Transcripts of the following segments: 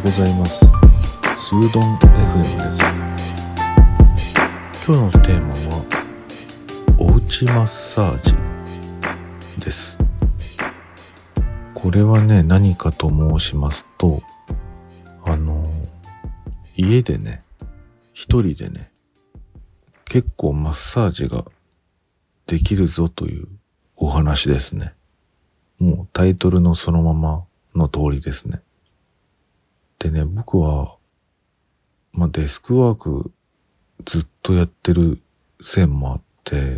ございます。スードン FM です。今日のテーマはおうちマッサージです。これはね、何かと申しますと、家でね、一人でね、結構マッサージができるぞというお話ですね。もうタイトルのそのままの通りですね。でね、僕は、デスクワークずっとやってる線もあって、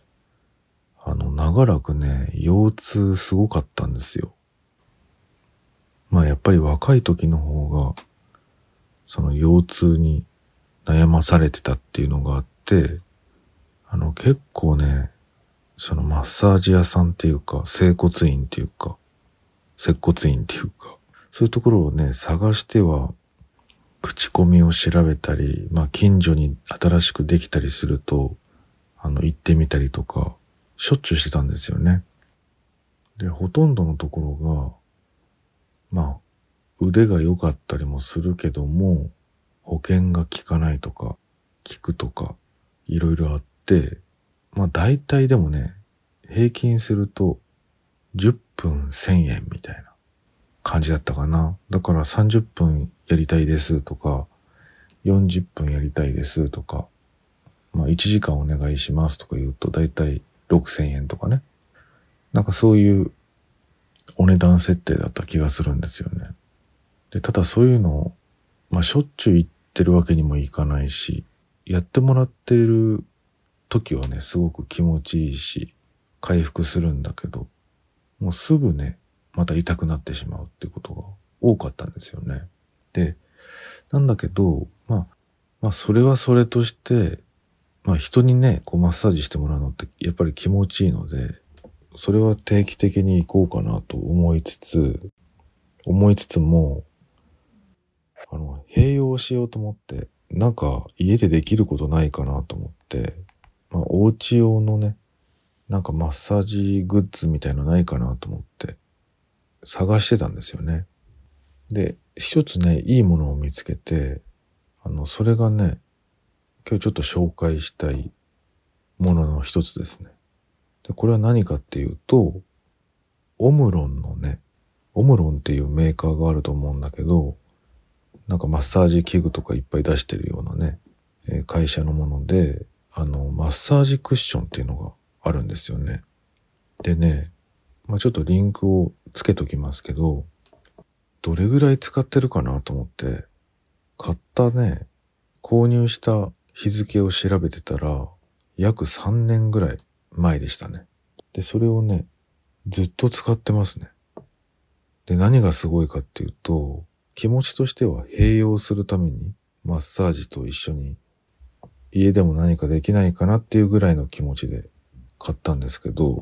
長らくね、腰痛すごかったんですよ。やっぱり若い時の方が、その腰痛に悩まされてたっていうのがあって、結構ね、そのマッサージ屋さんっていうか、整骨院っていうか、接骨院っていうか、そういうところをね、探しては、口コミを調べたり、近所に新しくできたりすると、行ってみたりとか、しょっちゅうしてたんですよね。で、ほとんどのところが、腕が良かったりもするけども、保険が効かないとか、効くとか、いろいろあって、大体でもね、平均すると、10分1000円みたいな感じだったかな。だから30分やりたいですとか、40分やりたいですとか、1時間お願いしますとか言うと、大体6000円とかね。なんかそういうお値段設定だった気がするんですよね。で、ただそういうのを、しょっちゅう行ってるわけにもいかないし、やってもらってる時はね、すごく気持ちいいし、回復するんだけど、もうすぐね、また痛くなってしまうっていうことが多かったんですよね。で、なんだけど、それはそれとして、人にね、マッサージしてもらうのってやっぱり気持ちいいので、それは定期的に行こうかなと思いつつも、併用しようと思って、なんか家でできることないかなと思って、お家用のね、なんかマッサージグッズみたいのないかなと思って探してたんですよね。で、一つね、いいものを見つけて、それがね、今日ちょっと紹介したいものの一つですね。で、これは何かっていうと、オムロンのね、オムロンっていうメーカーがあると思うんだけど、なんかマッサージ器具とかいっぱい出してるようなね、会社のもので、マッサージクッションっていうのがあるんですよね。でね、ちょっとリンクをつけときますけど、どれぐらい使ってるかなと思って、買ったね、購入した日付を調べてたら、約3年ぐらい前でしたね。で、それをね、ずっと使ってますね。で、何がすごいかっていうと、気持ちとしては併用するために、マッサージと一緒に家でも何かできないかなっていうぐらいの気持ちで買ったんですけど、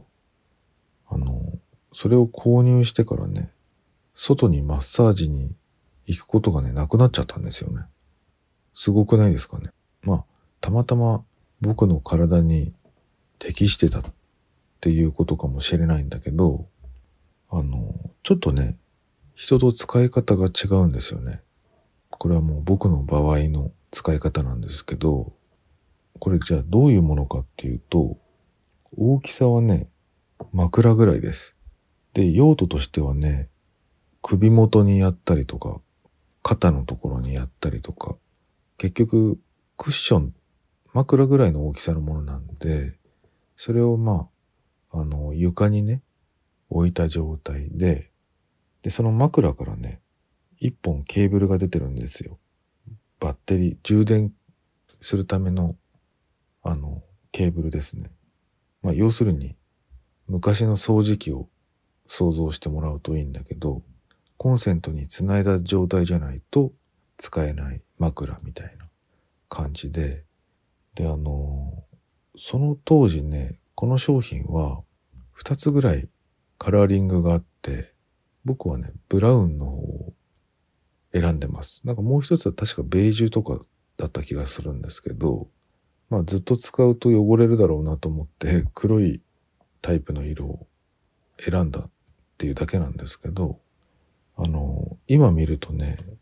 それを購入してからね、外にマッサージに行くことがね、なくなっちゃったんですよね。すごくないですかね。たまたま僕の体に適してたっていうことかもしれないんだけど、ちょっとね、人と使い方が違うんですよね。これはもう僕の場合の使い方なんですけど、これじゃあどういうものかっていうと、大きさはね、枕ぐらいです。で、用途としてはね、首元にやったりとか、肩のところにやったりとか、結局クッション、枕ぐらいの大きさのものなんで、それを床にね、置いた状態で、その枕からね、一本ケーブルが出てるんですよ。バッテリー、充電するための、ケーブルですね。要するに、昔の掃除機を想像してもらうといいんだけど、コンセントにつないだ状態じゃないと使えない枕みたいな感じで、その当時ね、この商品は2つぐらいカラーリングがあって、僕はね、ブラウンの方を選んでます。なんかもう一つは確かベージュとかだった気がするんですけど、ずっと使うと汚れるだろうなと思って黒いタイプの色を選んだっていうだけなんですけど、今見るとね、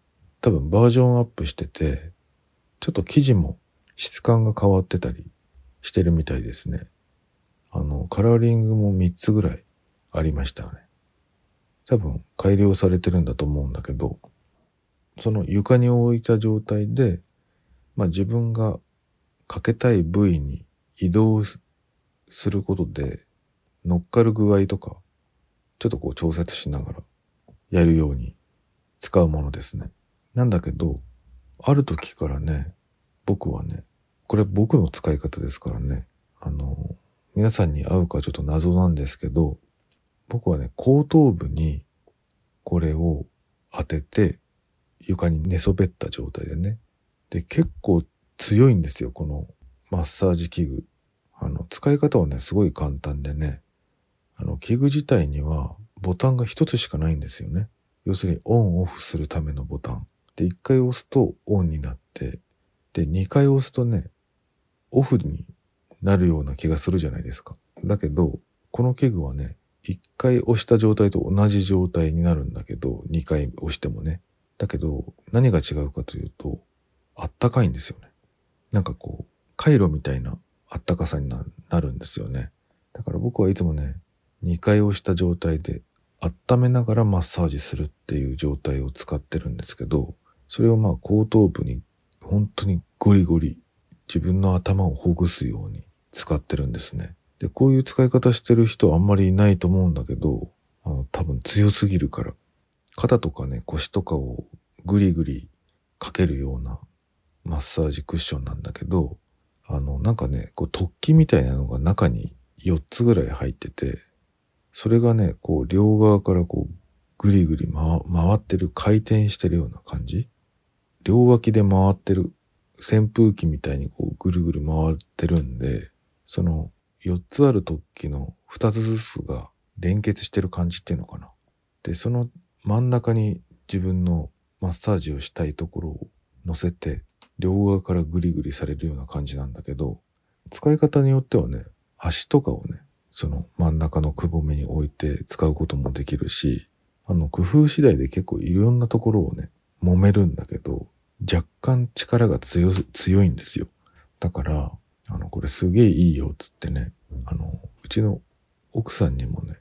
多分バージョンアップしてて、ちょっと生地も質感が変わってたりしてるみたいですね。カラーリングも3つぐらいありましたね。多分改良されてるんだと思うんだけど、その床に置いた状態で、自分がかけたい部位に移動することで、乗っかる具合とか、ちょっと調節しながらやるように使うものですね。なんだけど、ある時からね、僕はね、これ僕の使い方ですからね、皆さんに合うかちょっと謎なんですけど、僕はね、後頭部にこれを当てて、床に寝そべった状態でね。で、結構強いんですよ、このマッサージ器具。使い方はね、すごい簡単でね、器具自体にはボタンが一つしかないんですよね。要するにオンオフするためのボタン。で、1回押すとオンになって、で、2回押すとね、オフになるような気がするじゃないですか。だけど、この器具はね、1回押した状態と同じ状態になるんだけど、2回押してもね。だけど、何が違うかというと、あったかいんですよね。なんかカイロみたいなあったかさになるんですよね。だから僕はいつもね、2回押した状態で温めながらマッサージするっていう状態を使ってるんですけど、それを後頭部に本当にゴリゴリ自分の頭をほぐすように使ってるんですね。で、こういう使い方してる人はあんまりいないと思うんだけど、多分強すぎるから、肩とかね、腰とかをグリグリかけるようなマッサージクッションなんだけど、なんかね、突起みたいなのが中に4つぐらい入ってて、それがね、両側からぐりぐり回ってる、回転してるような感じ。両脇で回ってる、扇風機みたいにぐるぐる回ってるんで、その4つある突起の2つずつが連結してる感じっていうのかな。で、その真ん中に自分のマッサージをしたいところを乗せて、両側からグリグリされるような感じなんだけど、使い方によってはね、足とかをね、その真ん中のくぼみに置いて使うこともできるし、工夫次第で結構いろんなところをね、揉めるんだけど、若干力が強いんですよ。だから、これすげえいいよっつってね、うちの奥さんにもね、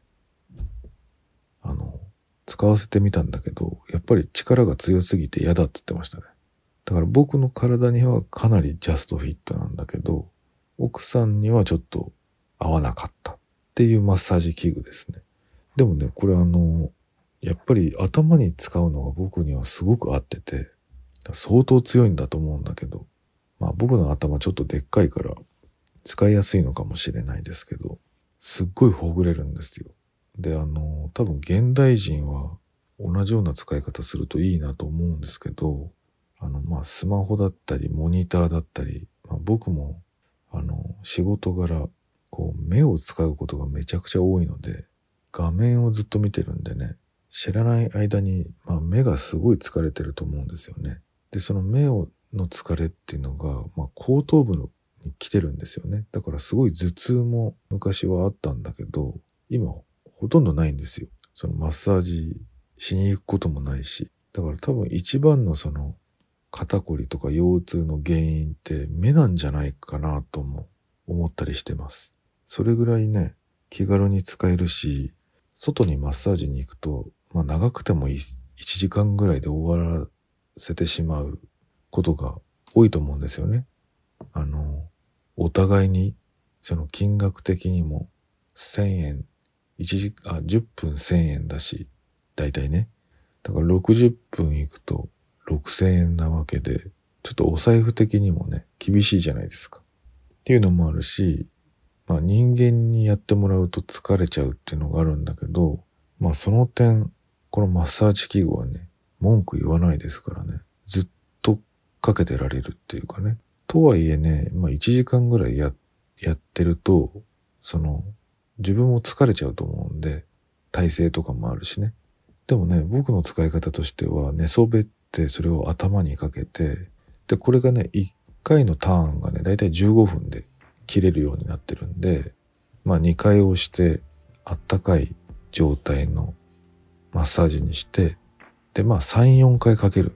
使わせてみたんだけど、やっぱり力が強すぎて嫌だって言ってましたね。だから僕の体にはかなりジャストフィットなんだけど、奥さんにはちょっと合わなかったっていうマッサージ器具ですね。でもね、これやっぱり頭に使うのが僕にはすごく合ってて、相当強いんだと思うんだけど、僕の頭ちょっとでっかいから使いやすいのかもしれないですけど、すっごいほぐれるんですよ。で、多分現代人は同じような使い方するといいなと思うんですけど、スマホだったり、モニターだったり、僕も、仕事柄、目を使うことがめちゃくちゃ多いので、画面をずっと見てるんでね、知らない間に、目がすごい疲れてると思うんですよね。で、その目の疲れっていうのが、後頭部に来てるんですよね。だからすごい頭痛も昔はあったんだけど、今ほとんどないんですよ。そのマッサージしに行くこともないし。だから多分一番のその肩こりとか腰痛の原因って目なんじゃないかなとも思ったりしてます。それぐらいね、気軽に使えるし、外にマッサージに行くと、長くても1時間ぐらいで終わらせてしまうことが多いと思うんですよね。お互いにその金額的にも1000円、10分1000円だし、だいたいね。だから60分行くと6000円なわけで、ちょっとお財布的にもね、厳しいじゃないですか。っていうのもあるし、人間にやってもらうと疲れちゃうっていうのがあるんだけど、その点、このマッサージ器具はね、文句言わないですからね、ずっとかけてられるっていうかね。とはいえね、1時間ぐらいやってると、自分も疲れちゃうと思うんで、体勢とかもあるしね。でもね、僕の使い方としては、寝そべってそれを頭にかけて、で、これがね、1回のターンがね、だいたい15分で切れるようになってるんで、2回押して、あったかい状態のマッサージにして、で、3、4回かける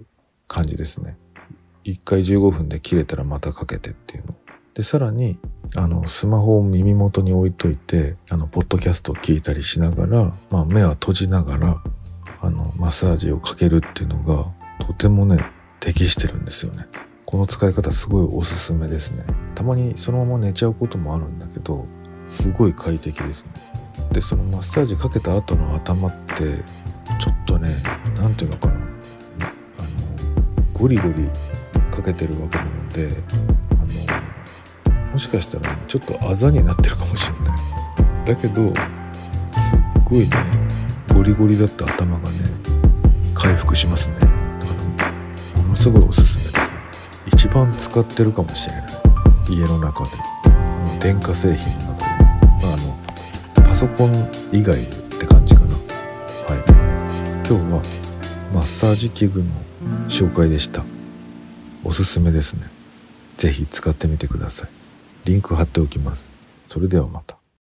感じですね。1回15分で切れたらまたかけてっていうので、さらにスマホを耳元に置いといてポッドキャストを聞いたりしながら、目は閉じながらマッサージをかけるっていうのがとてもね適してるんですよね。この使い方すごいおすすめですね。たまにそのまま寝ちゃうこともあるんだけど、すごい快適ですね。でそのマッサージかけた後の頭ってちょっとね、なんていうのかな、ゴリゴリかけてるわけなので、もしかしたら、ちょっとあざになってるかもしれない。だけどすっごいね、ゴリゴリだった頭がね回復しますね。だからものすごいおすすめですね。一番使ってるかもしれない、家の中で、電化製品の中で、パソコン以外って感じかな。はい、今日はマッサージ器具の紹介でした。おすすめですね。ぜひ使ってみてください。リンク貼っておきます。それではまた。